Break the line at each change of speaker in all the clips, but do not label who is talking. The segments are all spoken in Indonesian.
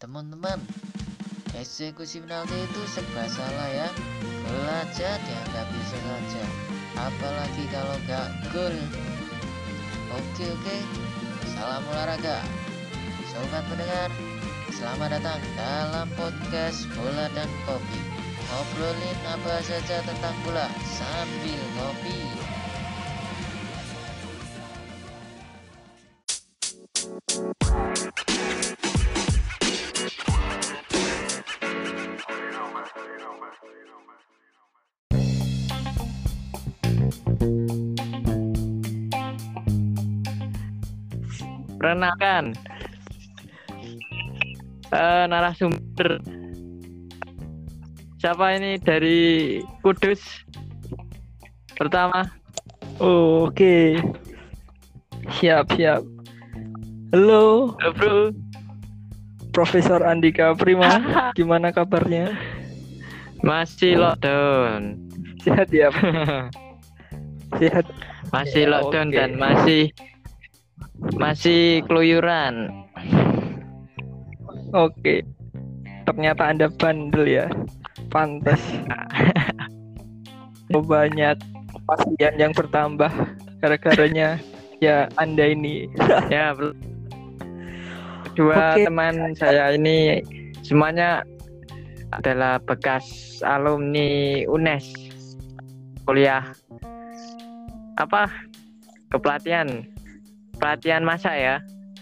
Teman-teman, eksekusi penalti itu serba salah ya. Gol aja dianggap bisa saja, apalagi kalau gak gol. Oke, salam olahraga. Sobat pendengar, selamat datang dalam podcast Bola dan Kopi. Ngobrolin apa saja tentang bola sambil ngopi.
Perkenalkan, narasumber siapa ini dari Kudus pertama.
Oke, siap. Halo,
Bro.
Profesor Andika Prima, gimana kabarnya?
Masih lockdown.
Sehat ya? Sehat.
Masih
Ya,
lockdown
oke.
dan masih keluyuran.
Oke, ternyata Anda bandel ya, pantas. Banyak pasien yang bertambah gara-garanya ya Anda ini.
Ya, bro. Dua
Oke.
teman saya ini semuanya adalah bekas alumni UNES, kuliah pelatihan masak ya.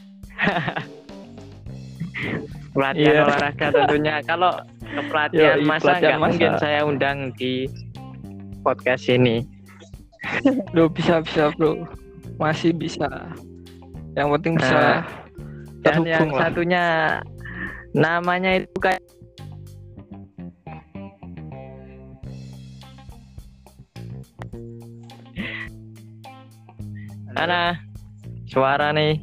Pelatihan
Iya.
olahraga tentunya. Kalau ke pelatihan
Yoi,
masak
pelatihan
nggak mungkin
masak.
saya undang di podcast ini.
Loh, bisa bro, masih bisa. Yang penting bisa
Dan yang
terhubung lah.
satunya namanya itu kayak mana suara nih.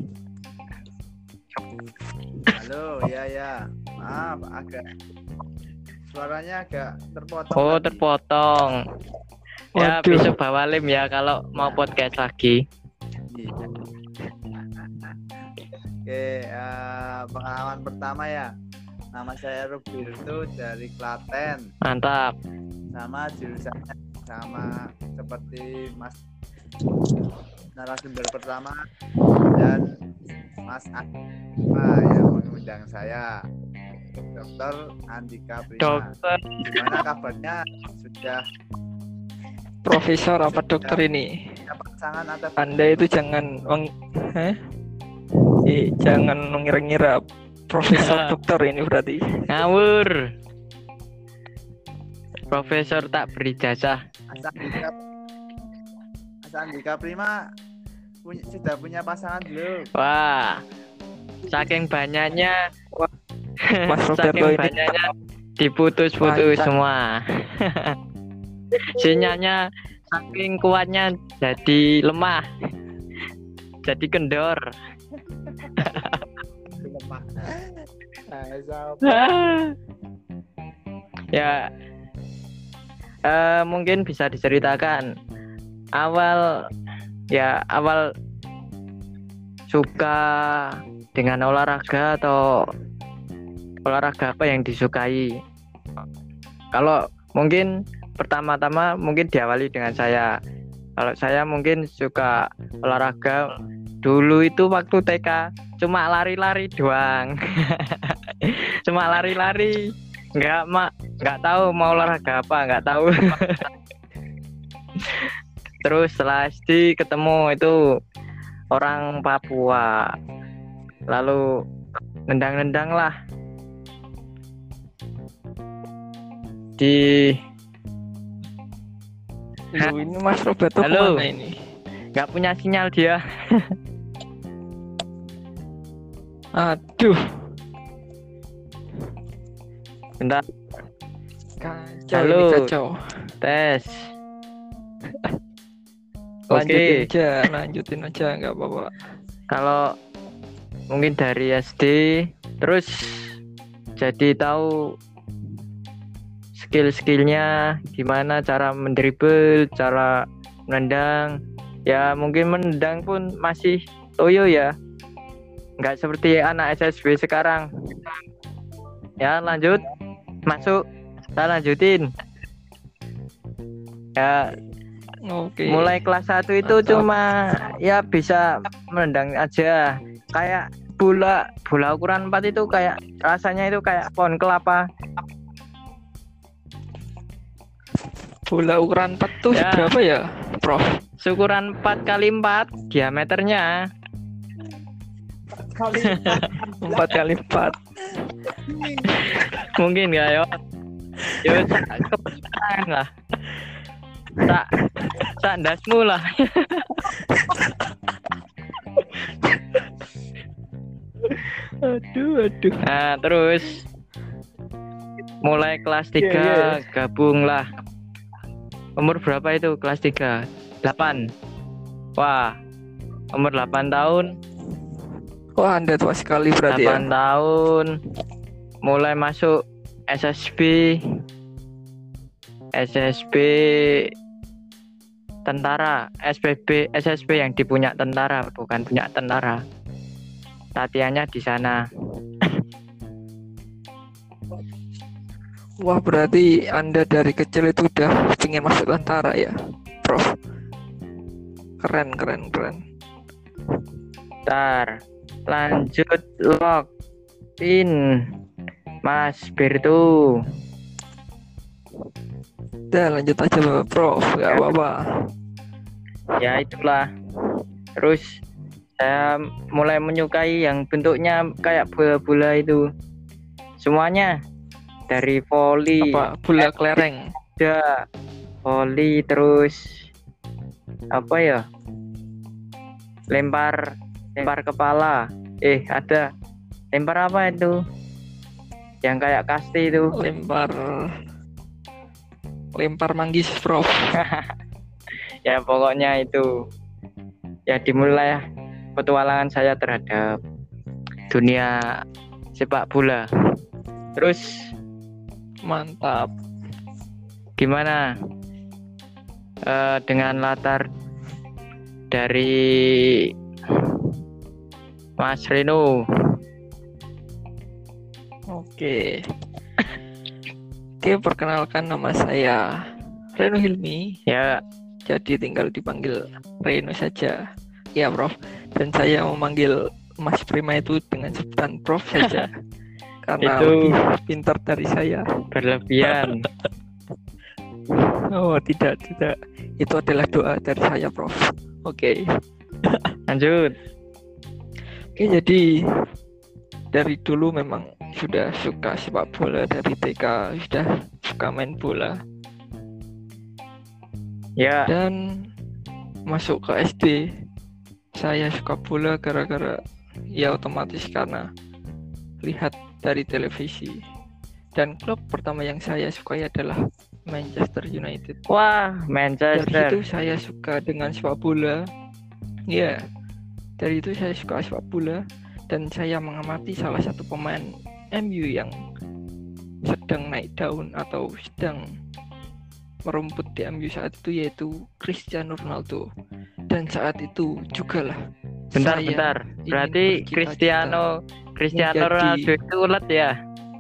Halo, ya. Maaf, suaranya agak terpotong.
Oh,
tadi.
terpotong. Ya,
Waduh.
besok bawa lem ya kalau mau podcast lagi.
Iya. Oke, pengalaman pertama ya. Nama saya Roberto dari Klaten.
Mantap.
Sama jurusannya sama seperti Mas narasumber pertama dan Mas Andika yang mengundang saya. Dokter Andika Prima.
Dokter.
Gimana kabarnya? Sudah
Profesor apa dokter ini?
punya pasangan atau
Anda itu jangan jangan mengira-ngira profesor dokter ini berarti.
Ngawur. Profesor tak berijazah.
Mas Andika Prima sudah punya pasangan belum?
Wah. Saking banyaknya
Mas Roberto
saking
ini
banyaknya diputus-putus
Lancar.
semua. Sinyalnya saking kuatnya jadi lemah. Jadi kendor. Ya, mungkin bisa diceritakan awal suka dengan olahraga atau olahraga apa yang disukai. Kalau mungkin pertama-tama mungkin diawali dengan saya. Kalau saya mungkin suka olahraga dulu itu waktu TK cuma lari-lari doang. Cuma lari-lari. Nggak tahu mau olahraga apa, nggak tahu. Terus setelah SD ketemu itu orang Papua, lalu nendang-nendang lah di.
Loh, ini Mas Roberto
Halo.
kemana ini?
Nggak punya sinyal dia.
Aduh,
Bentar,
kacau
Halo.
ini kacau.
tes. Oke.
Lanjutin aja, nggak apa-apa.
Kalau mungkin dari SD terus jadi tahu skill-skillnya gimana, cara mendribble, cara menendang. Ya mungkin menendang pun masih toyo ya, nggak seperti anak SSB sekarang. Ya, lanjut. Masuk. Saya lanjutin. Ya,
Oke.
mulai kelas 1 itu
Mantap.
cuma ya bisa menendang aja. Kayak bola ukuran 4 itu kayak rasanya itu kayak pohon kelapa.
Bola ukuran 4 tuh
Ya.
berapa ya, Prof?
Seukuran 4x4 diameternya.
4x4.
Mungkin enggak yo. Yo kebetulan lah. Tak ndasmu lah.
Aduh.
Nah, terus mulai kelas 3
Iya.
gabung lah. Umur berapa itu kelas 3? 8. Wah, umur 8 tahun.
Wah, Anda tua sekali berarti
8 tahun. Mulai masuk SSB tentara, SSB yang dipunya tentara, bukan punya tentara. Latihannya di sana.
Wah, berarti Anda dari kecil itu udah pengen masuk tentara ya, Prof? Keren.
Ntar lanjut login Mas Birtu.
Udah lanjut aja Bapak Prof, gak apa-apa.
Ya itulah. Terus saya mulai menyukai yang bentuknya kayak bola-bola itu. Semuanya dari voli,
Apa, bola kelereng?
ada voli, terus apa ya? Lempar kepala. Ada lempar apa itu? Yang kayak kasti itu.
Lempar manggis, Prof.
Ya pokoknya itu. Ya dimulai petualangan saya terhadap dunia sepak bola. Terus
Mantap.
gimana dengan latar dari Mas Reno?
Oke, perkenalkan nama saya Reno Hilmi.
Ya,
Jadi tinggal dipanggil Reno saja. Ya, Prof. Dan saya memanggil Mas Prima itu dengan sebutan Prof saja. Karena
Itu
lebih pintar dari saya.
berlebihan.
Oh, tidak. Itu adalah doa dari saya, Prof. Oke.
Lanjut.
Oke, jadi dari dulu memang sudah suka sepak bola, dari TK sudah suka main bola.
Ya,
Dan masuk ke SD saya suka bola gara-gara ya otomatis karena lihat dari televisi. Dan klub pertama yang saya sukai adalah Manchester United.
wah,
Dari
Manchester.
situ saya suka dengan sepak bola. Ya, dari itu saya suka sepak bola dan saya mengamati salah satu pemain MU yang sedang naik daun atau sedang merumput di MU saat itu, yaitu Cristiano Ronaldo. Dan saat itu jugalah
Bentar.
saya
Berarti
ingin
Cristiano
menjadi-
Ronaldo itu ulet ya?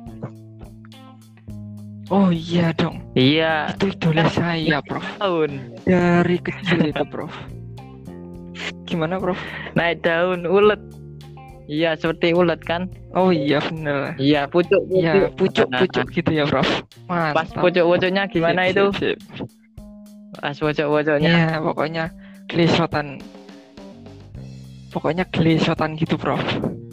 Oh iya dong,
Iya,
itu idola saya, Prof.
daun.
Dari kecil itu, Prof. Gimana, Prof?
Naik daun ulet. Iya, seperti ulet kan?
Oh iya bener.
Iya, pucuk.
Ya pucuk-pucuk gitu ya, Prof.
Pas
Mantap.
pucuk-pucuknya gimana
Sip,
itu?
sip.
Pas pucuk-pucuknya.
Ya pokoknya gelisotan. Pokoknya gelisotan gitu, Prof.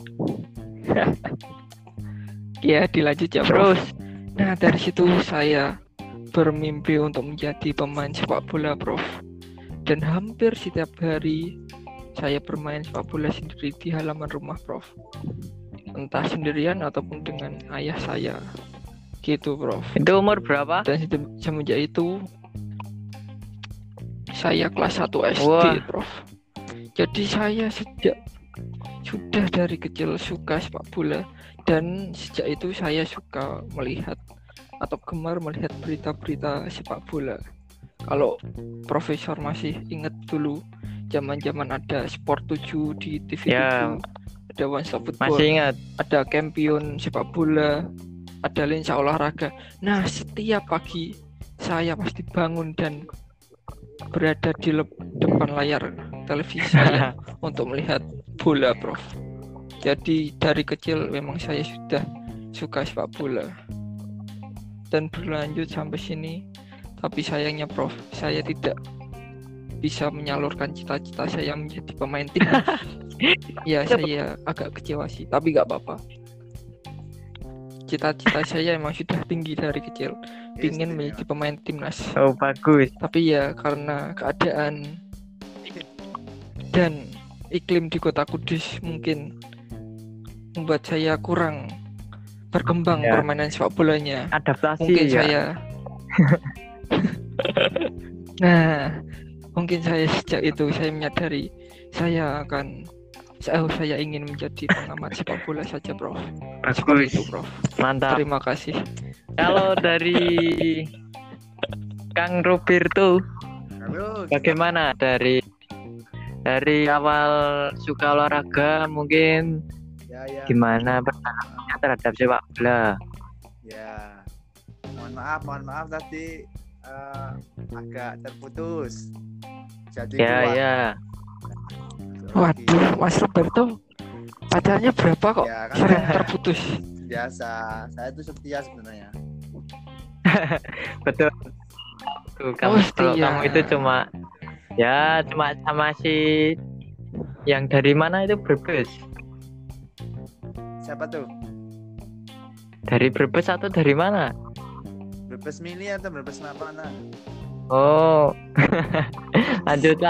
Ya dilanjut ya, Prof.
Terus,
Nah dari situ saya bermimpi untuk menjadi pemain sepak bola, Prof. Dan hampir setiap hari saya bermain sepak bola sendiri di halaman rumah, Prof. Entah sendirian ataupun dengan ayah saya. Gitu, Prof.
itu umur berapa?
Dan semenjak itu saya kelas 1 SD,
Wah.
Prof. Jadi saya sudah dari kecil suka sepak bola, dan sejak itu saya suka melihat atau gemar melihat berita-berita sepak bola. Kalau Profesor masih ingat dulu zaman-zaman ada Sport 7 di TV 7,
Ya,
ada One Stop Football,
masih ingat.
ada Champion sepak bola. ada lensa olahraga. Nah, setiap pagi saya pasti bangun dan berada di depan layar televisi saya untuk melihat bola, Prof. Jadi dari kecil memang saya sudah suka sepak bola dan berlanjut sampai sini. Tapi sayangnya, Prof, saya tidak bisa menyalurkan cita-cita saya menjadi pemain timnas. Ya, saya agak kecewa sih, tapi nggak apa-apa. Cita-cita saya emang sudah tinggi dari kecil, ingin menjadi pemain timnas.
Oh, bagus.
Tapi ya karena keadaan dan iklim di kota Kudus mungkin membuat saya kurang berkembang
Ya.
permainan sepak bolanya.
Adaptasi
Mungkin
ya.
saya Nah, mungkin saya sejak itu saya menyadari saya ingin menjadi pengamat sepak bola saja, Prof. Seperti
Bagus.
itu, Prof.
Mantap.
Terima kasih.
Kalau dari Kang Roberto
Halo,
bagaimana dari awal suka olahraga mungkin
ya.
gimana perjalanannya terhadap sepak bola?
Ya. Mohon maaf tadi agak terputus. Jadi
Ya
kuat.
ya.
Waduh, Mas Roberto, pacarnya berapa kok
Ya, kan
sering
saya
terputus?
biasa. Saya itu setia sebenarnya.
Betul. Tuh,
Oh,
kalau
setia.
kamu itu cuma sama si yang dari mana itu Brebes?
Siapa tuh?
Dari Brebes atau dari mana?
Brebes Mili atau Brebes mana?
Oh. lanjut.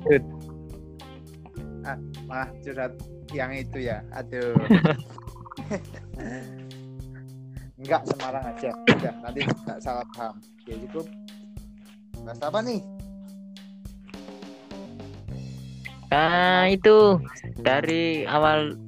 Malah curhat yang itu ya. Aduh. Enggak, Semarang aja. Udah, nanti enggak salah paham. Ya cukup. Bahas apa nih?
Nah, itu dari awal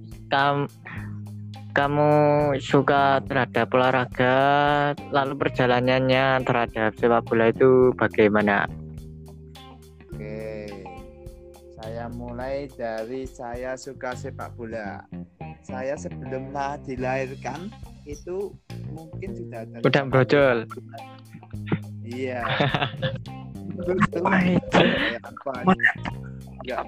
kamu suka terhadap olahraga, lalu perjalanannya terhadap sepak bola itu bagaimana?
Oke. Saya mulai dari saya suka sepak bola. Saya sebelum dilahirkan itu mungkin sudah ada
Udah brojol.
Iya. Terus
Wah, itu
kayak apa nih? Enggak.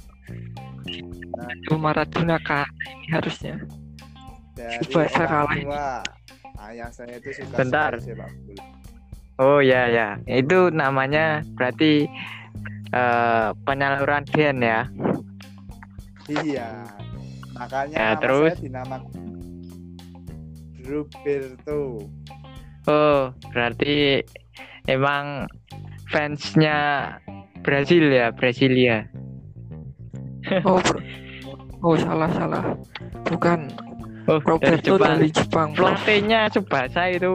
itu Maradona kah ini harusnya.
Dari
Coba saya
orang
kalah.
tua. Ayah saya itu suka
Bentar.
sekali sepak bola.
Oh ya. Itu namanya berarti penyaluran gen ya.
Iya. Makanya
Ya,
nama
terus?
saya dinamakan Roberto.
Oh, berarti emang fansnya Brasilia.
Oh, salah. Bukan
Oh, dari
Roberto
Jepang.
dari Jepang, Prof.
Pelatihnya Tsubasa itu.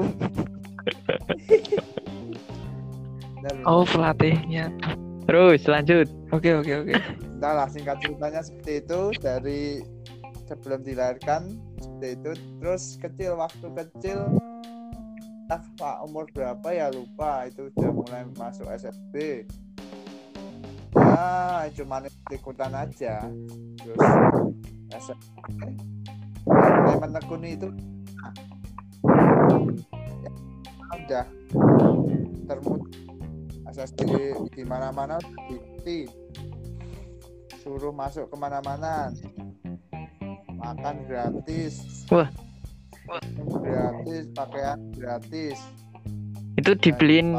Bentar,
Oh, pelatihnya.
Terus lanjut.
Oke.
Entahlah, singkat ceritanya seperti itu. Dari sebelum dilahirkan seperti itu. Terus waktu kecil Pak umur berapa ya lupa, itu udah mulai masuk SMP. Ya cuman ikutan aja. Terus SMP mulai menekuni itu ya, udah SSB di mana-mana diikuti, suruh masuk kemana-mana, makan gratis,
Wah.
gratis, pakaian gratis.
Itu dibeliin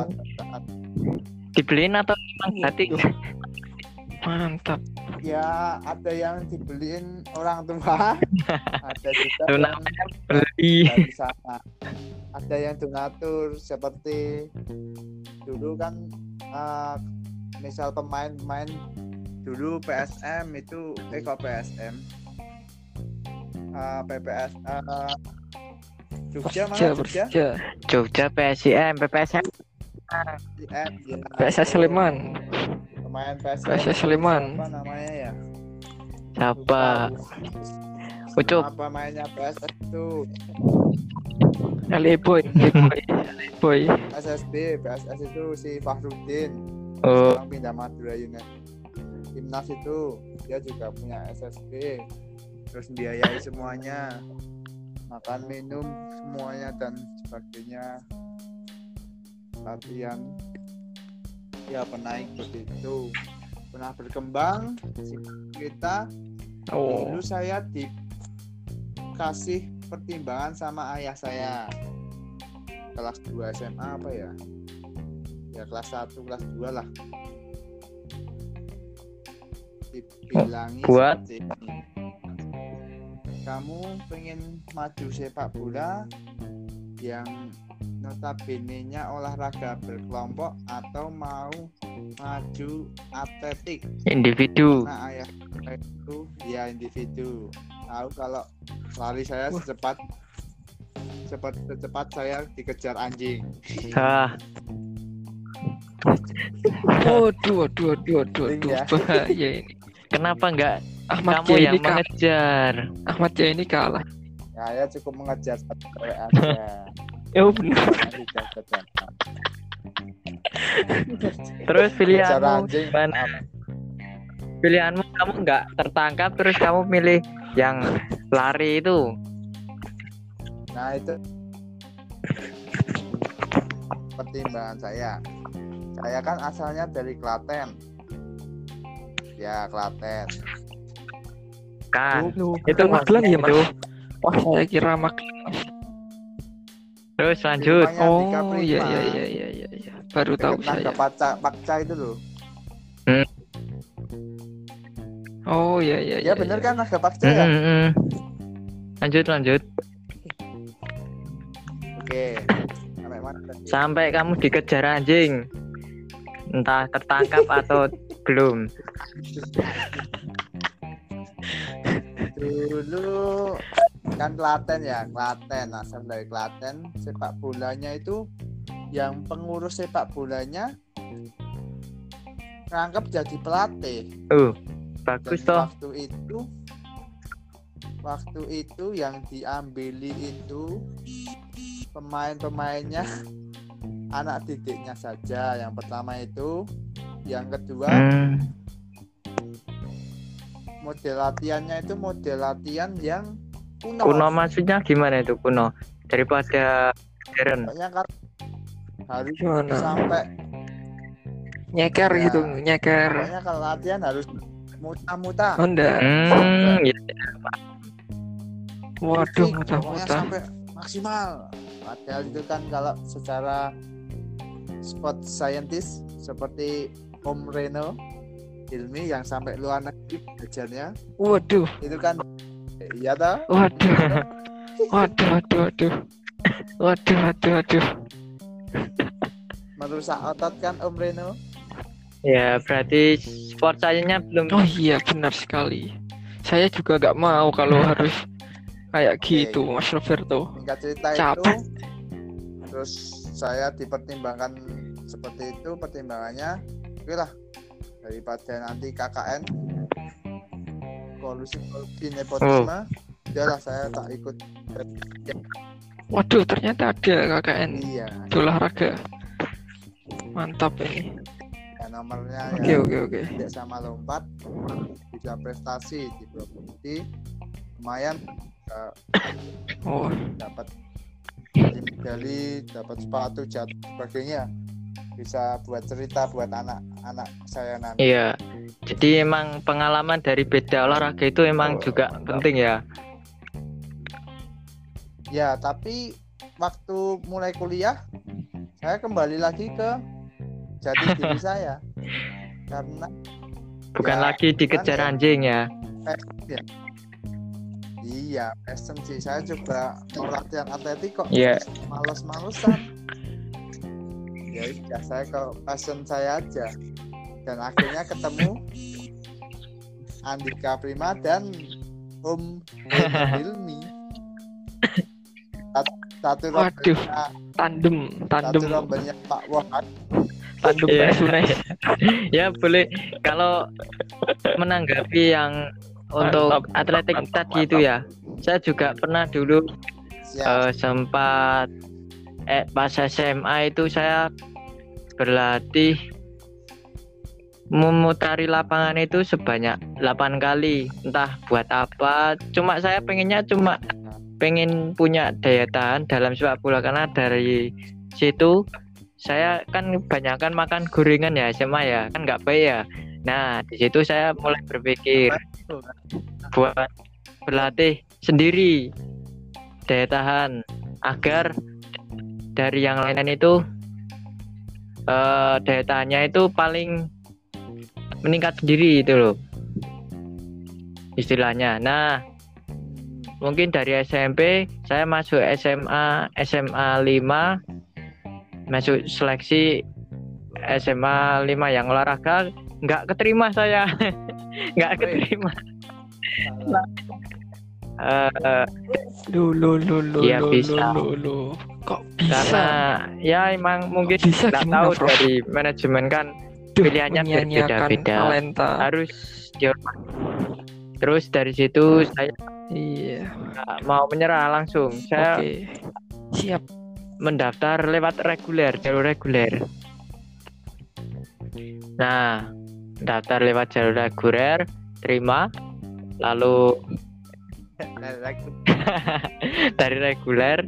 atau memang gratis?
Mantap.
Ya ada yang dibeliin orang tua, ada juga
Itu
yang
namanya beli.
dari sana, ada yang donatur seperti dulu kan misal pemain dulu PSM itu kok PSM PPS Jogja mana Jogja
Jogja PSIM, PPSM.
PSM ya,
PSS Sleman.
pemain PSM
PSS Sleman.
apa namanya ya,
Siapa? Ucup.
apa mainnya PSS itu
LA Boy.
SSB PSS itu si Fakhrudin.
Oh.
Sekarang pindah Madura United. Timnas itu dia juga punya SSB, terus biayai semuanya. makan minum semuanya dan sebagainya, latihan ya pernah ikut itu, pernah berkembang kita.
Oh,
Dulu saya dikasih pertimbangan sama ayah saya kelas 2 SMA apa ya kelas 1 kelas 2 lah, dibilangi
Buat?
seperti ini, kamu pengen maju sepak bola yang notabene-nya olahraga berkelompok atau mau maju atletik?
Individu.
Nah, ayah saya itu ya individu. Tahu kalau lari saya secepat saya dikejar anjing.
Ah,
waduh,
Ya.
bahaya ini.
kenapa enggak
Ahmad
kamu
Jaya
yang
ini kalah.
mengejar?
Ahmad Jaya ini kalah.
Saya cukup mengejar satu cewek aja.
Oh benar.
Terus
Kejar
pilihanmu
anjing.
mana? Pilihanmu kamu enggak tertangkap terus kamu milih yang lari itu.
Nah, itu pertimbangan saya. Saya kan asalnya dari Klaten. Ya, Klaten.
Kan
Loh,
itu
bukan Magelang ya, Mas?
itu.
Wah, saya kira Magelang.
Terus lanjut.
Rumahnya Andika
Oh,
Prima.
iya. Baru tahu
Dekat Naga
saya.
Pakca itu loh.
Oh, iya.
Ya bener kan Naga Pakca ya?
Lanjut.
Oke. Sampai mana tadi?
Sampai kamu dikejar anjing. Entah tertangkap atau belum.
Dulu kan Klaten ya, Klaten, asal dari Klaten. Sepak bolanya itu yang pengurus sepak bolanya ngangkep jadi pelatih.
Bagus
Dan
toh.
waktu itu yang diambili itu pemain-pemainnya anak didiknya saja. Yang pertama itu, yang kedua model latihannya itu model latihan yang
Kuno maksudnya gimana itu kuno? Daripada modern.
Pokoknya kan harus
Gimana?
sampai
Nyeker
Ya.
gitu, nyeker.
pokoknya kalau latihan harus muta-muta.
Honda.
Ya.
Waduh,
Fisik, pokoknya
muta-muta.
sampai maksimal. Padahal itu kan kalau secara sport scientist seperti Om Reno Ilmi yang sampai luar negeri belajarnya
Waduh,
itu kan iya toh?
waduh.
Merusak otot kan Om Reno.
Ya, berarti sport science-nya belum.
Oh iya, benar sekali. Saya juga nggak mau kalau harus kayak gitu, Mas Roberto.
Singkat cerita
Capek.
itu terus saya dipertimbangkan seperti itu, pertimbangannya oke lah, daripada nanti KKN kolusi nepotisme, udahlah saya tak ikut.
Waduh, ternyata ada KKN
Iya,
di olahraga. Mantap ini.
ya nomornya
Oke.
tidak sama lompat, bisa prestasi di provinsi lumayan,
Oh,
dapat medali, dapat sepatu, jatuh sebagainya, bisa buat cerita buat anak-anak saya nanti.
Iya. Jadi emang pengalaman dari beda olahraga itu emang juga
mantap.
penting ya.
Ya, tapi waktu mulai kuliah saya kembali lagi ke jati diri saya karena
Bukan
Ya,
lagi dikejar
gimana ya?
anjing ya.
passion ya. Iya, passion sih. Saya coba mau latihan atletik kok
Iya.
males-malesan. Ya udah, saya ke passion saya aja. Dan akhirnya ketemu Andika Prima dan Om Hilmi. Satu
Waduh.
rombelnya,
tandem
satu rombelnya Pak Wahab.
Tandem
Iya.
Sunes.
Ya boleh kalau menanggapi yang untuk atletik tadi itu ya. Saya juga pernah dulu
Siap.
sempat pas SMA itu saya berlatih memutari lapangan itu sebanyak 8 kali. Entah buat apa. Cuma saya pengennya cuma pengen punya daya tahan dalam sepak bola, karena dari situ saya kan kebanyakan makan gorengan ya SMA ya, kan nggak baik ya. Nah di situ saya mulai berpikir buat berlatih sendiri daya tahan agar dari yang lain itu daya tahannya itu paling meningkat sendiri itu loh istilahnya. Nah mungkin dari SMP saya masuk SMA 5, masuk seleksi SMA 5 yang olahraga, nggak keterima saya. Nggak keterima. Ya bisa.
Kok bisa?
Karena ya emang mungkin
bisa
nggak
gimana,
tahu
Prof?
dari manajemen kan pilihannya
Menyanyiakan
berbeda-beda,
talenta.
harus dihormati. Terus dari situ saya
Iya.
nggak mau menyerah, langsung saya
Oke. Siap.
mendaftar lewat jalur reguler. Nah daftar lewat jalur reguler, terima, lalu dari reguler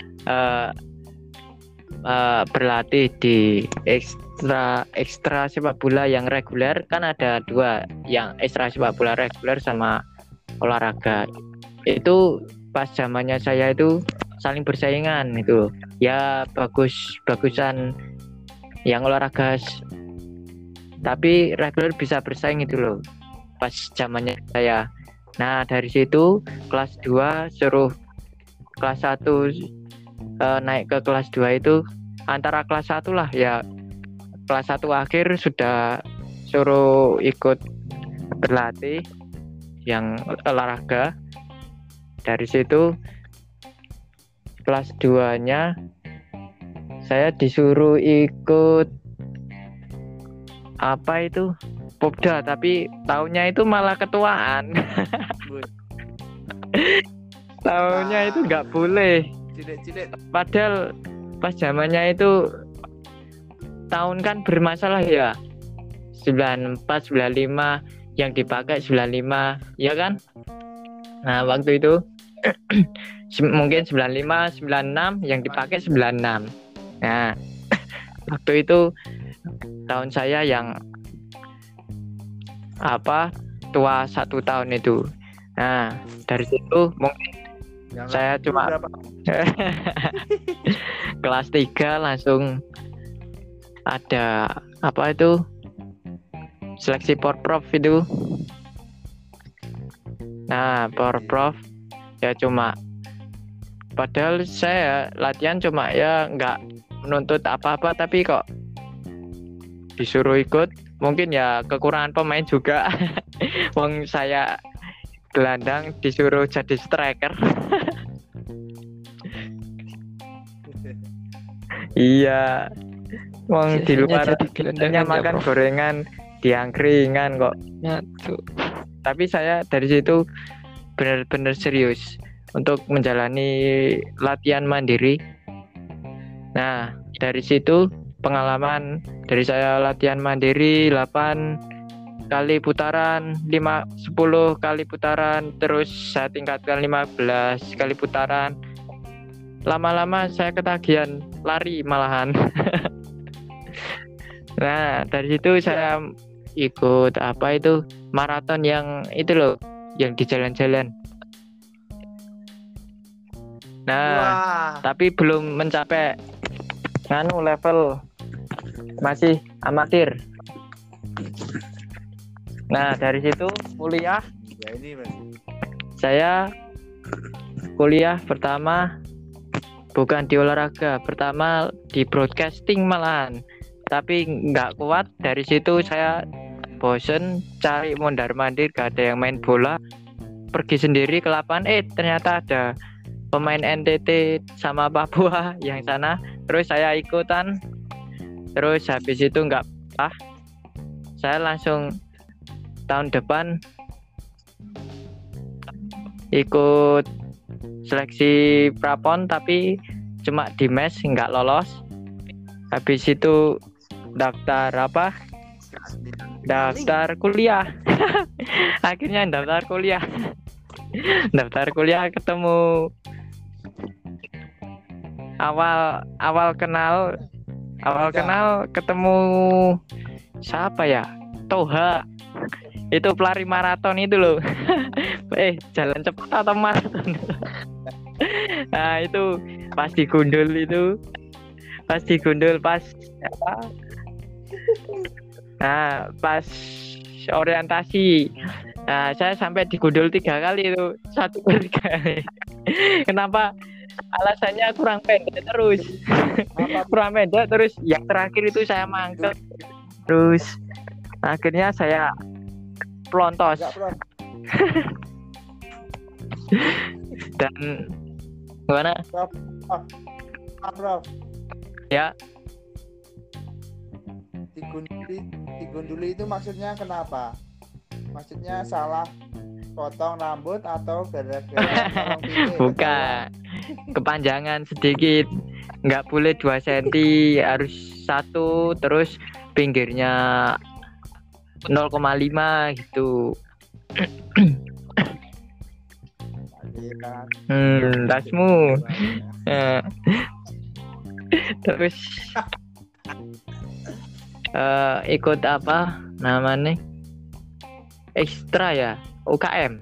berlatih di ekstra sepak bola yang reguler. Kan ada dua, yang ekstra sepak bola reguler sama olahraga. Itu pas zamannya saya itu saling bersaingan itu ya, bagusan yang olahraga tapi reguler bisa bersaing itu loh pas zamannya saya. Nah dari situ kelas 2 suruh kelas 1 naik ke kelas 2 itu antara kelas 1 lah ya, kelas 1 akhir sudah suruh ikut berlatih yang olahraga. Dari situ kelas 2 nya saya disuruh ikut apa itu Popda, tapi tahunnya itu malah ketuaan. Tahunnya itu nggak boleh.
Cilik-cilik.
Padahal pas zamannya itu tahun kan bermasalah ya. 94, 95 yang dipakai 95, ya kan? Nah, waktu itu mungkin 95, 96 yang dipakai 96. Nah, waktu itu tahun saya yang tua 1 tahun itu. Nah, dari situ mungkin saya cuma kelas 3 langsung ada seleksi Porprov itu. Nah Porprov ya cuma, padahal saya latihan cuma ya nggak menuntut apa-apa, tapi kok disuruh ikut. Mungkin ya kekurangan pemain juga. Wong saya gelandang disuruh jadi striker. Iya, wong di luar hanya makan gorengan di angkringan kok.
Nyatu.
Tapi saya dari situ benar-benar serius untuk menjalani latihan mandiri. Nah dari situ pengalaman dari saya latihan mandiri 8 kali putaran, 10 kali putaran, terus saya tingkatkan 15 kali putaran. Lama-lama saya ketagihan lari malahan. Nah dari situ saya ikut maraton yang itu loh, yang di jalan-jalan. Nah tapi belum mencapai level, masih amatir. Nah dari situ kuliah.
Ya ini Mas.
Saya kuliah pertama bukan di olahraga, pertama di broadcasting malahan. Tapi nggak kuat, dari situ saya bosen cari mondar-mandir, gak ada yang main bola. Pergi sendiri ke lapangan, ternyata ada pemain NTT sama Papua yang sana. Terus saya ikutan. Terus habis itu nggak saya langsung tahun depan ikut seleksi prapon, tapi cuma di mes nggak lolos. Habis itu daftar kuliah. Akhirnya daftar kuliah ketemu awal kenal ketemu siapa ya? Toha. Itu pelari maraton itu loh. Jalan cepat atau maraton? Nah, itu pas digundul pas apa? Nah, pas orientasi. Nah, saya sampai digundul 3 kali itu. 1 kali. Kenapa? Alasannya kurang pendek terus. Kurang pendek terus. Yang terakhir itu saya mangkel. Terus akhirnya saya pelontos. Dan gimana?
Prof.
Ya.
Digunduli itu maksudnya kenapa? Maksudnya salah potong rambut atau gara-gara
bukan kepanjangan sedikit, nggak boleh 2 cm, harus 1, terus pinggirnya 0,5 gitu. Tasmu. Terus ikut apa namanya, ekstra ya, UKM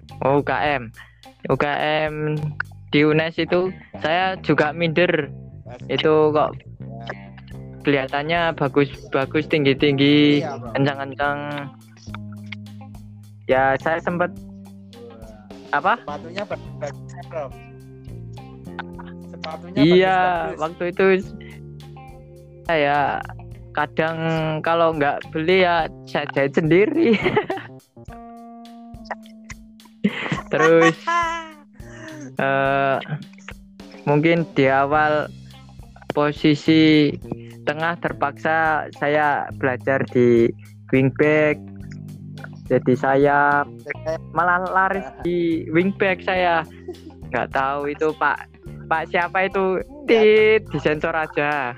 di UNES itu saya juga minder. Itu kok kelihatannya bagus tinggi kencang. Ya saya sempat apa?
Sepatunya bagus, Prof.
Iya, waktu itu saya kadang kalau nggak beli ya saya jahit sendiri. Terus mungkin di awal posisi tengah terpaksa saya belajar di wingback, jadi saya malah lari di wingback. Saya nggak tahu itu Pak siapa itu, disensor aja.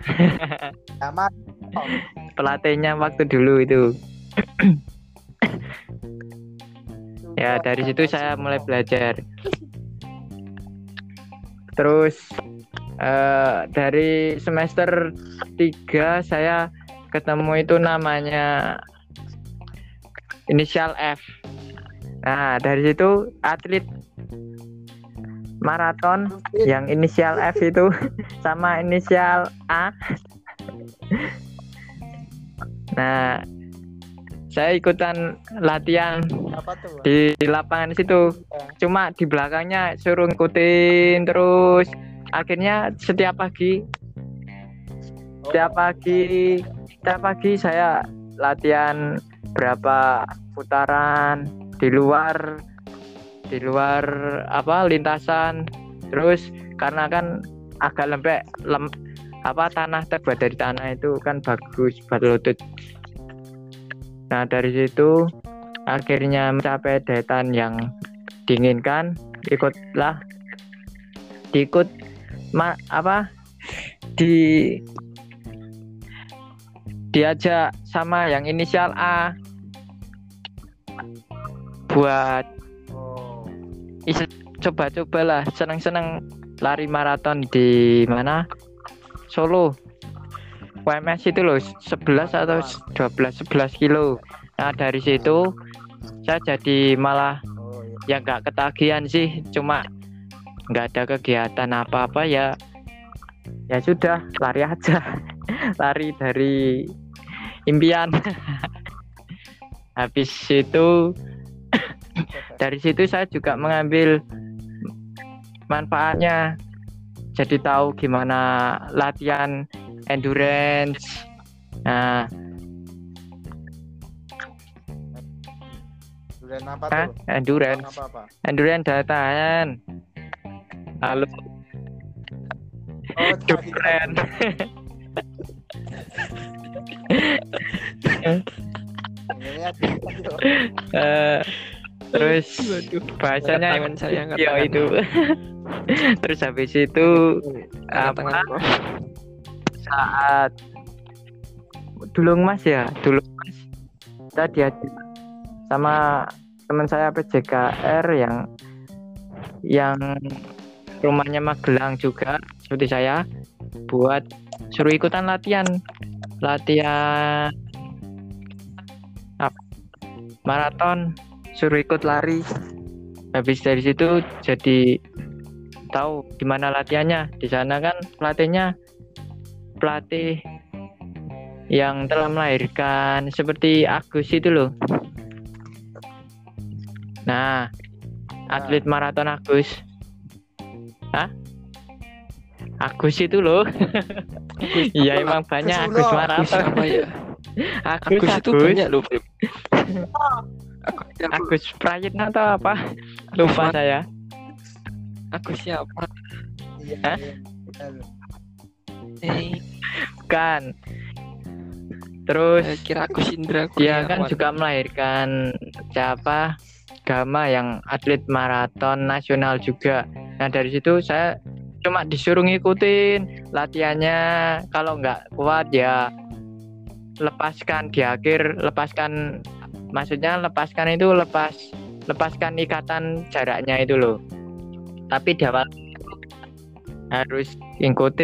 Pelatihnya waktu dulu itu. Ya dari situ saya mulai belajar. Terus dari semester 3 saya ketemu itu namanya inisial F. Nah dari situ atlet maraton yang inisial F itu sama inisial A. Nah saya ikutan latihan di lapangan situ, cuma di belakangnya suruh ngikutin terus. Akhirnya setiap pagi saya latihan berapa putaran di luar apa lintasan. Terus karena kan agak lembek tanah, terbuat dari tanah itu kan bagus buat lutut. Nah dari situ akhirnya mencapai deadline yang diinginkan, diajak sama yang inisial A buat coba-cobalah, seneng-seneng lari maraton di mana, Solo. WMS itu loh 11 atau 11 kilo. Nah dari situ saya jadi malah ya nggak ketagihan sih, cuma nggak ada kegiatan apa-apa ya sudah lari aja. Lari dari impian. Habis itu dari situ saya juga mengambil manfaatnya, jadi tahu gimana latihan endurance. Nah,
apa tuh?
Endurance.
Apa?
Endurance datahan. Lalu keren. Terus bahasanya ya itu. Terus habis itu saat dulu mas kita diajak sama teman saya PJKR yang rumahnya Magelang juga seperti saya. buat suruh ikutan latihan maraton, suruh ikut lari. Habis dari situ jadi tahu gimana latihannya. Di sana kan pelatih yang telah melahirkan seperti Agus itu loh. Nah, atlet maraton Agus. Hah? Agus itu loh. Iya emang banyak Agus
Agus
maraton.
apa ya? Agus itu banyak loh.
Agus Prayitna atau apa? Lupa saya.
Agus siapa?
Iya.
Hah? Kan. Terus
Kira Agus Indra.
dia kan juga melahirkan siapa? Gama yang atlet maraton nasional juga. Nah dari situ saya cuma disuruh ngikutin latihannya. Kalau nggak kuat ya lepaskan di akhir, maksudnya lepaskan ikatan jaraknya itu loh. Tapi di awal harus ngikutin.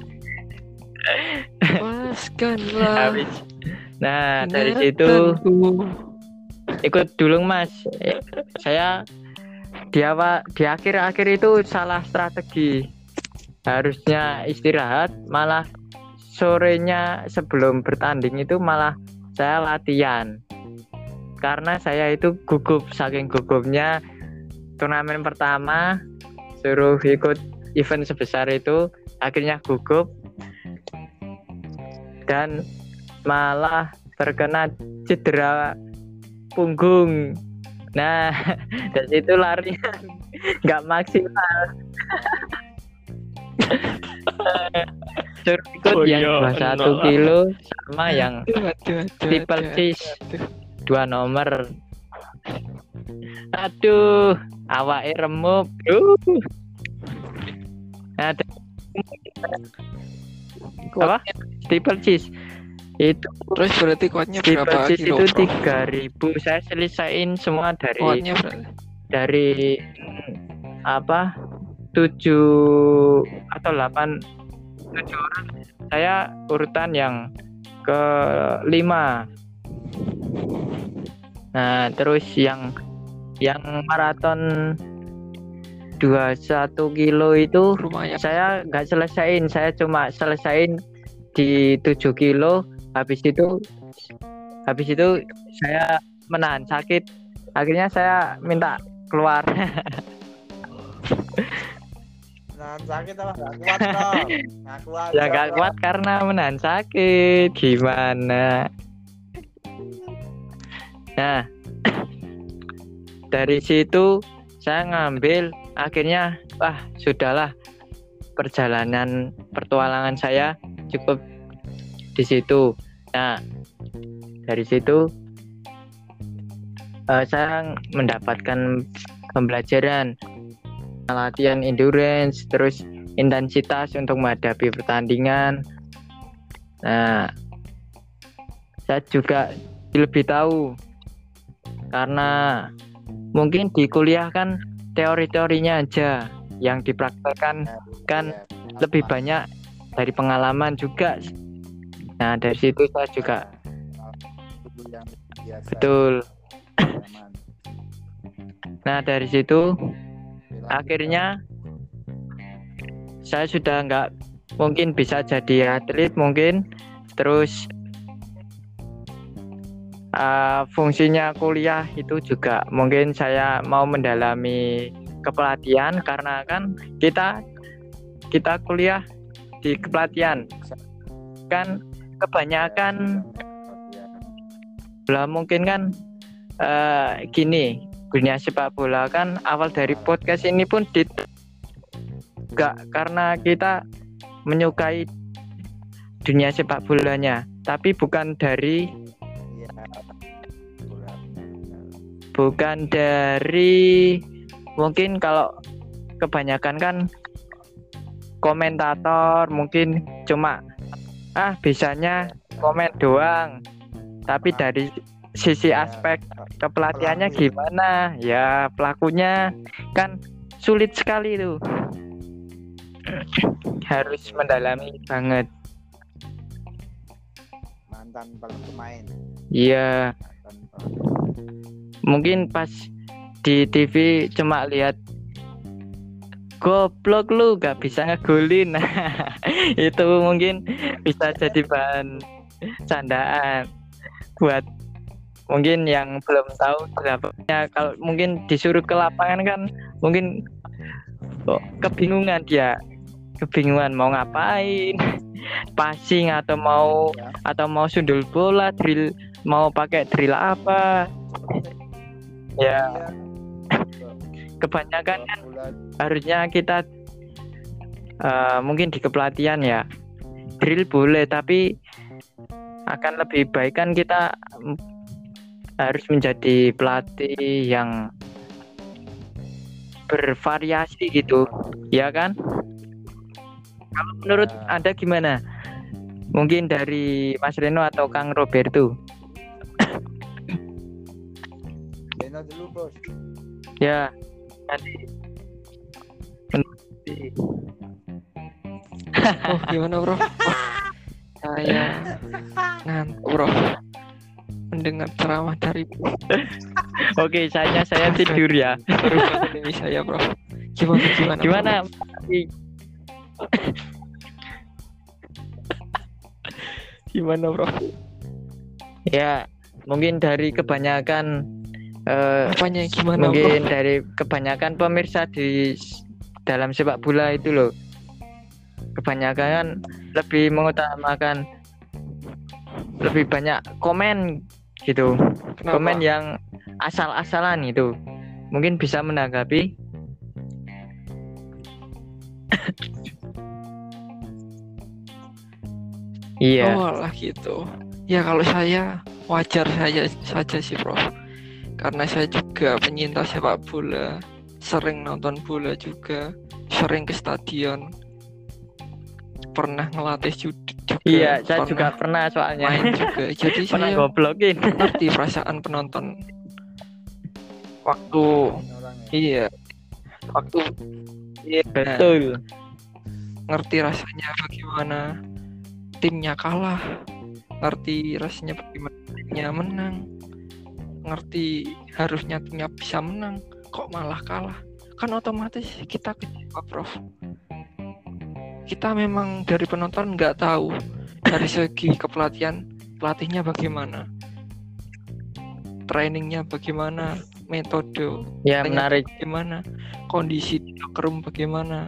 Lepaskanlah.
Nah dari situ ikut dulu Mas. Saya di akhir itu salah strategi. Harusnya istirahat, malah sorenya sebelum bertanding itu malah saya latihan. Karena saya itu gugup, saking gugupnya turnamen pertama suruh ikut event sebesar itu, akhirnya gugup dan malah terkena cedera punggung. Nah, dari situ larinya nggak maksimal. Suruh ikut yang 21 kilo sama yang triple cheese 2 nomor. Aduh, awake remuk. Ada apa? Triple cheese. Itu
Terus berarti kuatnya
triple
berapa
cheese
kilo?
itu 3.000. Saya selesaiin semua
Kuatnya berapa?
dari apa 7 atau 8 7 orang. Saya urutan yang ke-5. Nah terus yang maraton 21 kilo itu
Lumayan.
saya nggak selesaiin, saya cuma selesaiin di 7 kilo. Habis itu saya menahan sakit, akhirnya saya minta keluar.
Nah, sakit apa nggak kuat dong? Nggak kuat.
Ya nggak kuat karena menahan sakit, gimana? Nah dari situ saya ngambil, akhirnya sudahlah, perjalanan petualangan saya cukup di situ. Nah dari situ saya mendapatkan pembelajaran latihan endurance, terus intensitas untuk menghadapi pertandingan. Nah saya juga lebih tahu karena mungkin di kuliah kan teori-teorinya aja, yang dipraktekkan kan lebih banyak dari pengalaman juga. Nah dari situ saya juga betul. Nah dari situ akhirnya saya sudah nggak mungkin bisa jadi atlet mungkin. Terus fungsinya kuliah itu juga mungkin saya mau mendalami kepelatihan, karena kan kita kuliah di kepelatihan kan kebanyakan bola mungkin kan gini, dunia sepak bola kan awal dari podcast ini pun karena kita menyukai dunia sepak bolanya, tapi bukan dari mungkin kalau kebanyakan kan komentator mungkin cuma bisanya komen doang, tapi dari sisi aspek kepelatihannya gimana ya, pelakunya kan sulit sekali itu. harus mendalami banget.
Mantan pemain.
Iya,
Mantan
mungkin pas di TV cuma lihat goblok lu gak bisa ngegolin. Nah, itu mungkin bisa jadi bahan candaan buat mungkin yang belum tahu berapanya. Kalau mungkin disuruh ke lapangan kan mungkin kebingungan mau ngapain, passing atau mau sundul bola, drill mau pakai drill apa ya. Kebanyakan kan harusnya kita mungkin di kepelatihan ya, drill boleh, tapi akan lebih baik kan kita harus menjadi pelatih yang bervariasi gitu, ya kan? Kalau menurut Anda gimana? Mungkin dari Mas Reno atau Kang Roberto?
Reno dulu, Bos.
Ya, nanti.
Oh, gimana bro? Saya ngantuk bro mendengar ceramah dari
Oke, saya tidur ya.
baru bangun ini saya bro. Gimana? Gimana bro?
Ya, mungkin dari kebanyakan
Apanya gimana
mungkin
bro?
dari kebanyakan pemirsa di dalam sepak bola itu loh, kebanyakan kan lebih mengutamakan lebih banyak komen gitu.
Kenapa?
Komen yang asal-asalan itu. Mungkin bisa menanggapi. Iya.
Oh lah gitu. Ya kalau saya wajar saja sih bro. Karena saya juga penyintas sepak bola, sering nonton bola juga, sering ke stadion, pernah ngelatih juga.
Iya, saya juga pernah soalnya
main juga. Jadi
pernah
saya
goblokin.
ngerti perasaan penonton waktu
orang ya.
iya waktu iya
Betul.
ngerti rasanya bagaimana timnya kalah, ngerti rasanya bagaimana timnya menang, ngerti harusnya timnya bisa menang kok malah kalah, kan otomatis kita kecewa prof. Kita memang dari penonton nggak tahu dari segi kepelatihan pelatihnya bagaimana, trainingnya bagaimana, metode
Ya, menarik.
bagaimana, kondisi di locker room bagaimana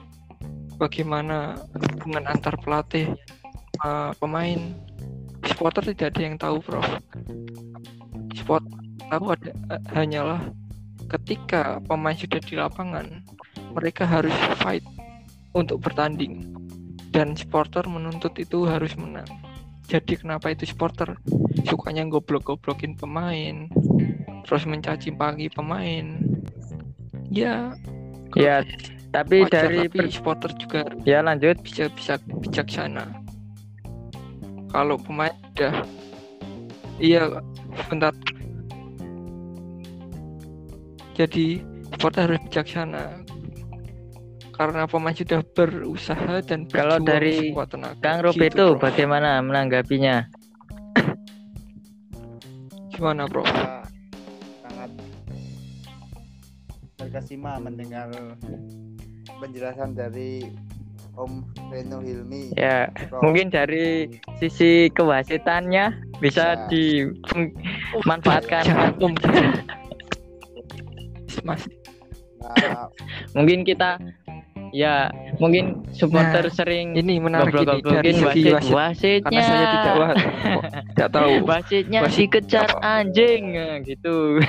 hubungan antar pelatih pemain. Supporter tidak ada yang tahu prof. Supporter tahu hanyalah ketika pemain sudah di lapangan mereka harus fight untuk bertanding dan supporter menuntut itu harus menang. Jadi kenapa itu supporter sukanya goblok-goblokin pemain, terus mencaci maki pemain? Ya,
tapi
wajar,
dari
tapi supporter juga
ya lanjut.
bisa bijaksana. Kalau pemain udah iya bentar. Jadi supporter harus bijaksana karena pemain sudah berusaha dan
Kalau dari
sekuat tenaga.
Kang Roberto
Prof.
bagaimana menanggapinya?
Gimana bro?
Saya sangat terkesima mendengar penjelasan dari Om Reno Hilmi.
Ya,
Prof.
mungkin dari sisi kewasitannya bisa dimanfaatkan.
Jangan Mas.
Nah,
Mungkin kita mungkin supporter sering
Ini menarik ini dari
goblokin
segi wasit. Karena
wasitnya.
saya tidak tahu.
Wasitnya
Wasit
dikejar
apa?
anjing gitu.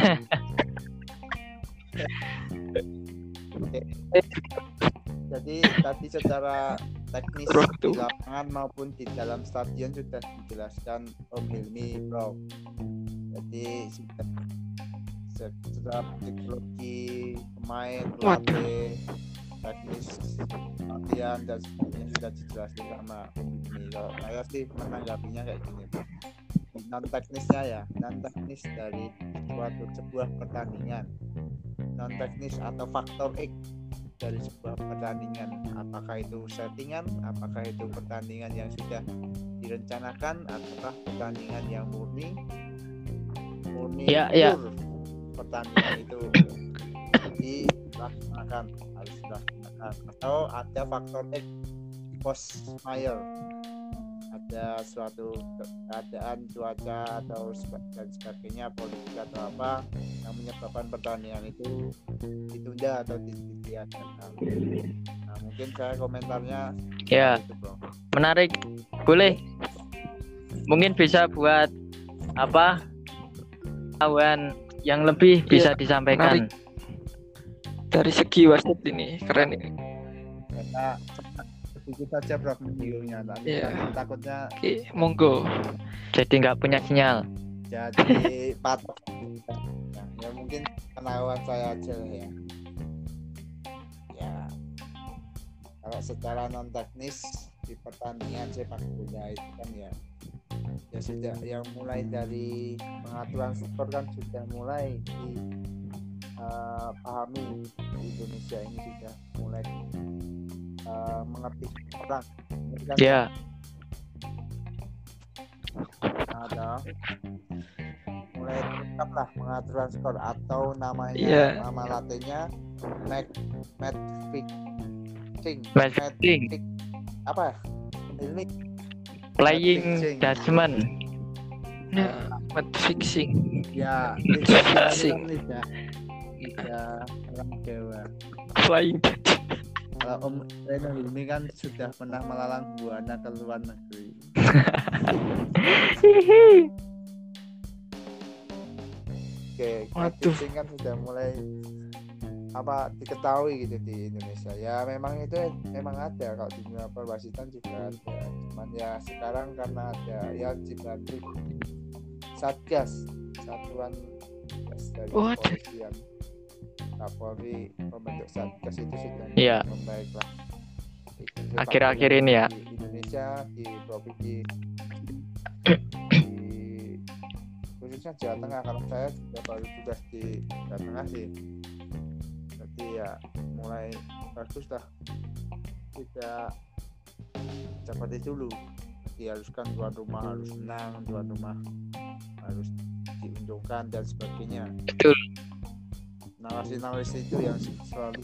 jadi tadi secara teknis
Prof,
di
itu.
lapangan maupun di dalam stadion sudah dijelaskan Om Hilmi, Prof. Jadi secara psikologi pemain, pelatih, teknis latihan dan sebagainya sudah dijelaskan sama Om Hilmi. Kalau saya sih menanggapinya kayak gini, non teknis dari sebuah pertandingan, non teknis atau faktor X dari sebuah pertandingan, apakah itu settingan, apakah itu pertandingan yang sudah direncanakan, ataukah pertandingan yang murni
Ya, ya.
pure pertandingan itu dilaksanakan, harus dilaksanakan, atau ada faktor X post mayor, ada suatu keadaan cuaca atau dan sebagainya, politik atau apa yang menyebabkan pertandingan itu ditunda atau ditiadakan. Nah, mungkin saya komentarnya
Ya,
itu, bro.
menarik. Boleh. Mungkin bisa buat apa? Awan yang lebih bisa disampaikan.
menarik. Dari segi wasit ini keren ini.
Karena sedikit saja bro videonya tadi.
Iya.
Takutnya
Oke, monggo.
Jadi nggak punya sinyal.
jadi patok. Nah, ya mungkin pengetahuan saya aja ya. Ya, kalau secara non teknis di pertandingan sepak bola itu kan ya sudah yang mulai dari pengaturan skor kan sudah mulai pahami di Indonesia ini, sudah mulai mengerti orang kan.
Ya,
Ada mulai lengkap lah pengaturan skor, atau namanya
Iya.
nama latinnya match fixing.
Match fixing.
Apa ini
playing
fixing.
judgment.
Nah, match fixing.
Ya
Fixing.
tidak orang Jawa.
Flying.
Kalau Om Reno Hilmi kan sudah pernah melalang buana ke luar negeri. Oke,
Waduh.
fixing kan sudah mulai diketahui gitu di Indonesia. Ya memang itu memang ada, kalau di dunia perwasitan juga ada. Cuman ya sekarang karena ada ya dibantu Satgas, satuan dari
What?
kepolisian, Kapolri membentuk Satgas itu sudah
Iya.
membaik lah.
Akhir-akhir ini ya.
Di Indonesia, di provinsi khususnya Jawa Tengah, kalau saya juga baru tugas di Jawa Tengah sih, jadi ya mulai bagus lah, tidak seperti dulu diharuskan tuan rumah harus menang, tuan rumah harus diuntungkan dan sebagainya.
Betul.
Narasi-narasi itu yang selalu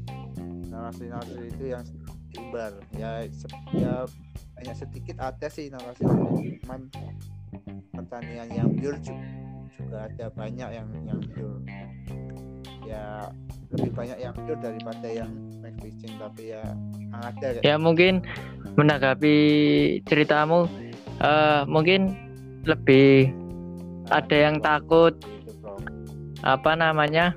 itu yang diumbar ya banyak sedikit ada sih narasi, cuman pertandingan yang pure juga ada banyak yang pure, ya lebih banyak yang pure daripada yang match fixing, tapi ya ada
Ya mungkin menanggapi ceritamu, mungkin lebih ada yang takut
gitu, bro.
apa namanya?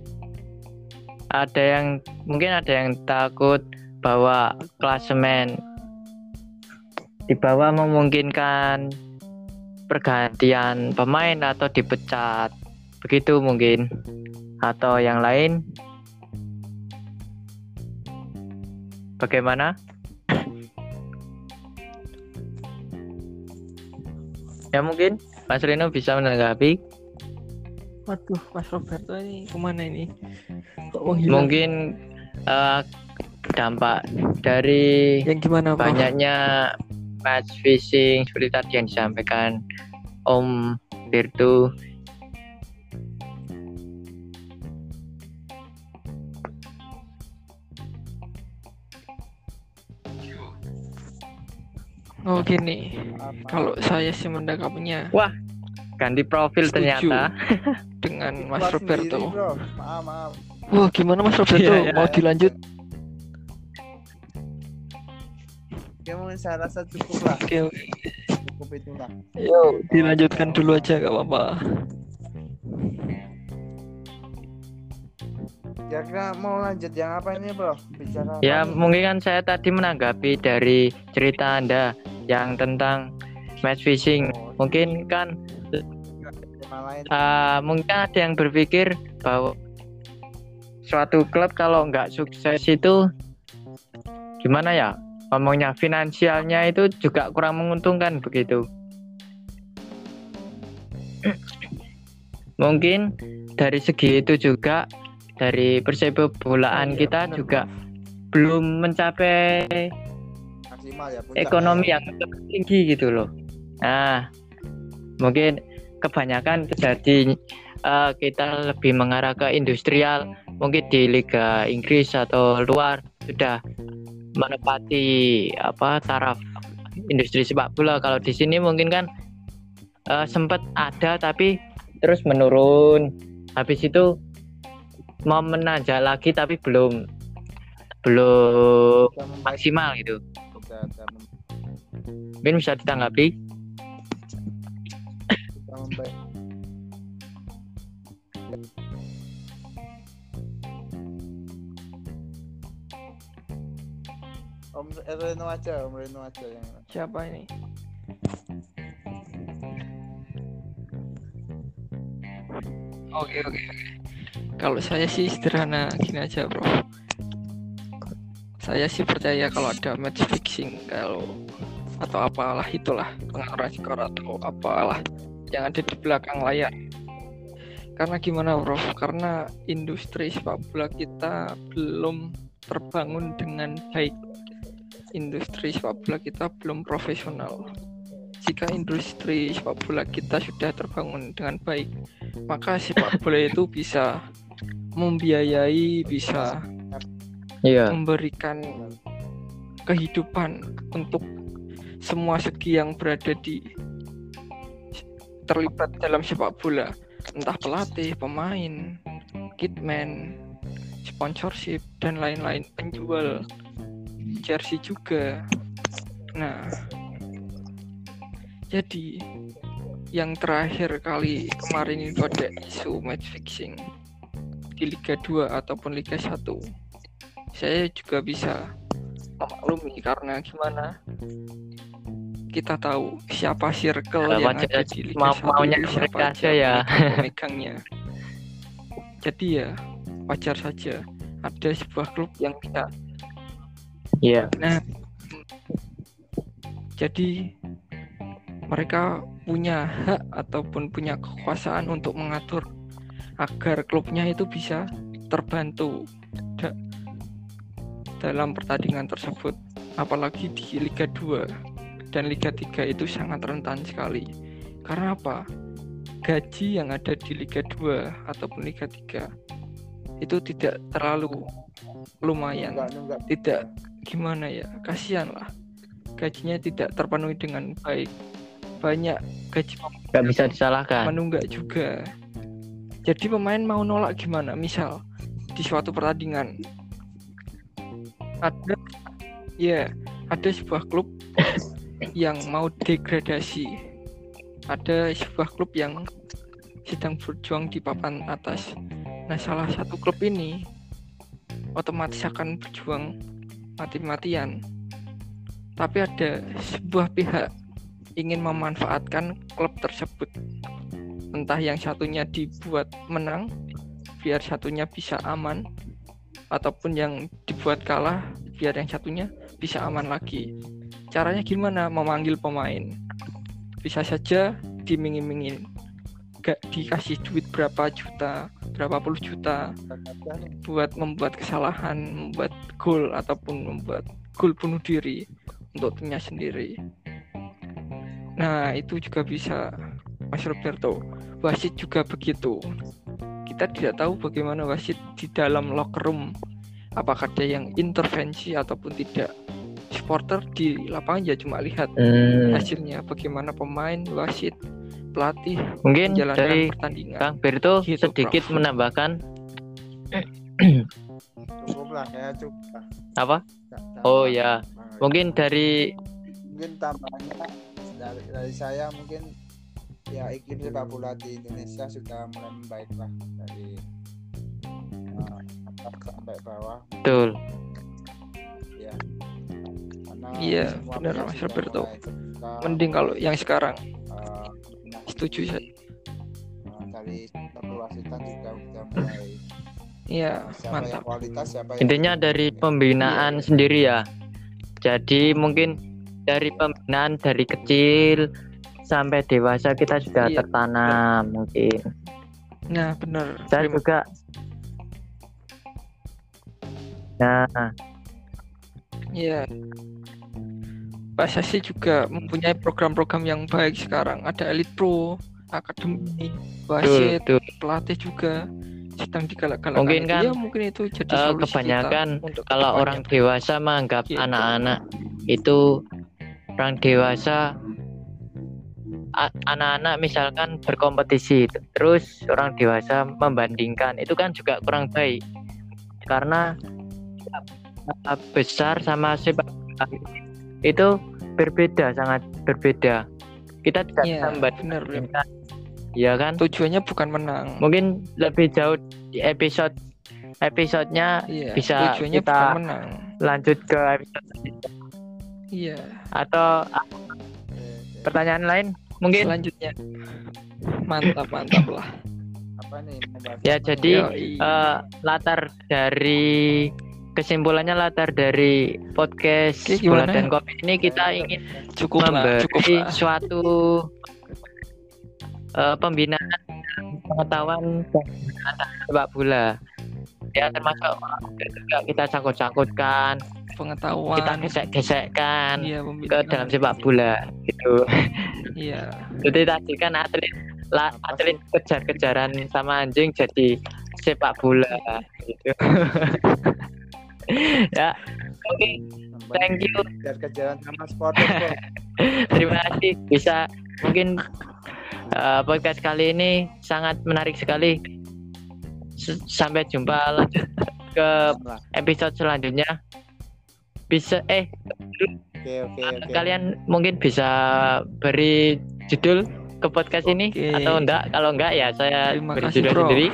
Mungkin ada yang takut bahwa klasemen di bawah memungkinkan pergantian pemain atau dipecat, begitu mungkin, atau yang lain. Bagaimana? Ya mungkin Mas Reno bisa menanggapi.
Waduh, Mas Roberto ini kemana ini? Kok menghilang?
Mungkin dampak dari
Yang gimana, Prof?
banyaknya match fixing seperti tadi yang disampaikan Om Virtu.
Oh gini,
Apa?
kalau saya sih menanggapinya
Ganti profil
Setuju.
ternyata.
dengan Mas
Keluar
Roberto.
sendiri, bro. Maaf.
Wah, gimana Mas Roberto?
Iya, iya.
Mau dilanjut?
Ya mungkin saya rasa cukup lah,
Oke,
cukup itulah.
yuk dilanjutkan dulu aja, gak apa-apa.
Kira-kira mau lanjut yang apa ini, bro? Bicara
Ya
apa nih?
mungkin kan saya tadi menanggapi dari cerita Anda yang tentang match fixing.
Oh,
Mungkin kan
tema lain.
mungkin ada yang berpikir bahwa suatu klub kalau nggak sukses itu gimana ya, ngomongnya finansialnya itu juga kurang menguntungkan begitu. Mungkin dari segi itu juga dari persepak bolaan
Iya,
kita
bener,
juga
Prof.
belum mencapai
Maksimal ya puncaknya
ekonomi
ya.
yang lebih tinggi gitu loh. Nah, mungkin kebanyakan terjadi kita lebih mengarah ke industrial, mungkin di Liga Inggris atau luar sudah menepati taraf industri sepak bola. Kalau di sini mungkin kan sempat ada tapi terus menurun. Habis itu mau menanjak lagi tapi belum
Sudah membaik,
maksimal gitu.
sudah
Mungkin bisa ditanggapi.
membaik. Om Reno aja yang
Siapa ini? Oke. Kalau saya sih sederhana gini aja, Bro. Saya sih percaya kalau ada match fixing atau apalah itulah pengaturan skor atau apalah yang ada di belakang layar. Karena gimana, Bro? Karena industri sepak bola kita belum terbangun dengan baik. Industri sepak bola kita belum profesional. Jika industri sepak bola kita sudah terbangun dengan baik, maka sepak bola itu bisa membiayai, bisa memberikan kehidupan untuk semua segi yang berada terlibat dalam sepak bola, entah pelatih, pemain, kitman, sponsorship dan lain-lain, penjual jersey juga. Nah, jadi yang terakhir kali kemarin itu ada isu match fixing di Liga 2 ataupun Liga 1. Saya juga bisa memaklumi karena gimana? Kita tahu siapa circle yang ada di Liga 1 itu siapa aja ya pemegangnya. Jadi ya wajar saja ada sebuah klub yang bisa.
Iya.
Nah, jadi mereka punya hak ataupun punya kekuasaan untuk mengatur agar klubnya itu bisa terbantu dalam pertandingan tersebut. Apalagi di Liga 2 dan Liga 3 itu sangat rentan sekali. Karena apa? Gaji yang ada di Liga 2 ataupun Liga 3 itu tidak terlalu lumayan. Tidak gimana ya, kasihan lah. Gajinya tidak terpenuhi dengan baik. Banyak gaji
nggak bisa disalahkan.
menunggak juga. Jadi pemain mau nolak gimana? Misal di suatu pertandingan ada sebuah klub yang mau degradasi. Ada sebuah klub yang sedang berjuang di papan atas. Nah, salah satu klub ini otomatis akan berjuang mati-matian. Tapi ada sebuah pihak ingin memanfaatkan klub tersebut. Entah yang satunya dibuat menang biar satunya bisa aman, ataupun yang dibuat kalah biar yang satunya bisa aman lagi. Caranya gimana? Memanggil pemain. Bisa saja dimingin-mingin, gak dikasih duit berapa puluh juta buat membuat kesalahan, membuat gol ataupun membuat gol bunuh diri untuk timnya sendiri. Nah, itu juga bisa, Mas Roberto. Wasit juga begitu. Kita tidak tahu bagaimana wasit di dalam locker room, apakah ada yang intervensi ataupun tidak. Supporter di lapangan ya cuma lihat hasilnya, bagaimana pemain, wasit, pelatih
mungkin
menjalankan
dari
pertandingan.
Kang Berto
Gitu,
sedikit
Prof.
menambahkan
Cukup lah ya, cukup lah.
apa? Oh ya, mungkin
mungkin tambahannya dari saya, mungkin ya iklim sepak bola di Indonesia sudah mulai membaik lah dari atas sampai bawah
betul.
ya, karena
Iya,
semua
benar,
pihak
Mas
sudah
Roberto.
mulai terbuka,
Mending kalau yang sekarang.
koordinasi,
Setuju saya.
dari kewasitan juga sudah mulai.
Iya,
Siapa
mantap.
yang kualitas, siapa yang
Intinya
tidak.
dari pembinaan sendiri ya. Jadi mungkin dari pembinaan dari kecil sampai dewasa kita sudah
Iya,
tertanam mungkin.
Nah, benar.
Saya juga Nah,
Ya, PSSI juga mempunyai program-program yang baik sekarang. Ada Elite Pro, Akademi, wasit,
betul.
pelatih juga sedang digalak-galakkan.
Mungkin
itu.
kan,
Ya mungkin itu jadi solusi
kebanyakan
kita untuk
kalau
kedepannya.
orang dewasa menganggap
Gitu.
anak-anak itu orang dewasa anak-anak misalkan berkompetisi terus orang dewasa membandingkan, itu kan juga kurang baik karena besar sama sepak bola itu berbeda, sangat berbeda. Kita tidak bisa
Iya,
membandingkan,
benar.
ya kan?
Tujuannya bukan menang.
Mungkin lebih jauh di episodenya
Iya,
bisa
tujuannya
kita
bukan menang.
lanjut ke episode
Iya.
atau pertanyaan lain mungkin.
Selanjutnya. Mantap lah.
Apa nih? Membahas
Ya,
apa
jadi
nih?
latar dari kesimpulannya, latar dari podcast
Oke,
Bola
gimana?
dan Kopi ini kita ingin
Cukup lah.
memberi suatu pembinaan pengetahuan tentang sepak bola. Ya, termasuk juga kita sangkut-sangkutkan,
Pengetahuan.
kita gesek-gesekkan
Iya,
ke
pembinaan.
dalam sepak bola gitu.
Iya.
Jadi tadi kan atlet kejar-kejaran sama anjing jadi sepak bola gitu. Ya, oke, thank you.
Kejar-kejaran sama sportif kok.
Terima kasih bisa mungkin podcast kali ini sangat menarik sekali. Sampai jumpa lanjut ke episode selanjutnya. Bisa
Oke.
kalian mungkin bisa beri judul ke podcast ini
Oke.
atau enggak? Kalau enggak ya saya
Terima
beri
kasih,
judul
bro.
sendiri.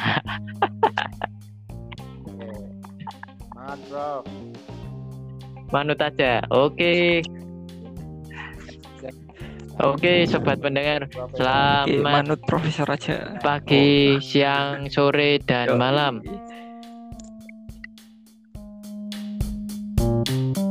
Semangat, bro.
Manut aja. Oke, sobat pendengar,
Oke,
selamat
manut profesor aja.
pagi, siang, sore, dan
Yoi.
malam.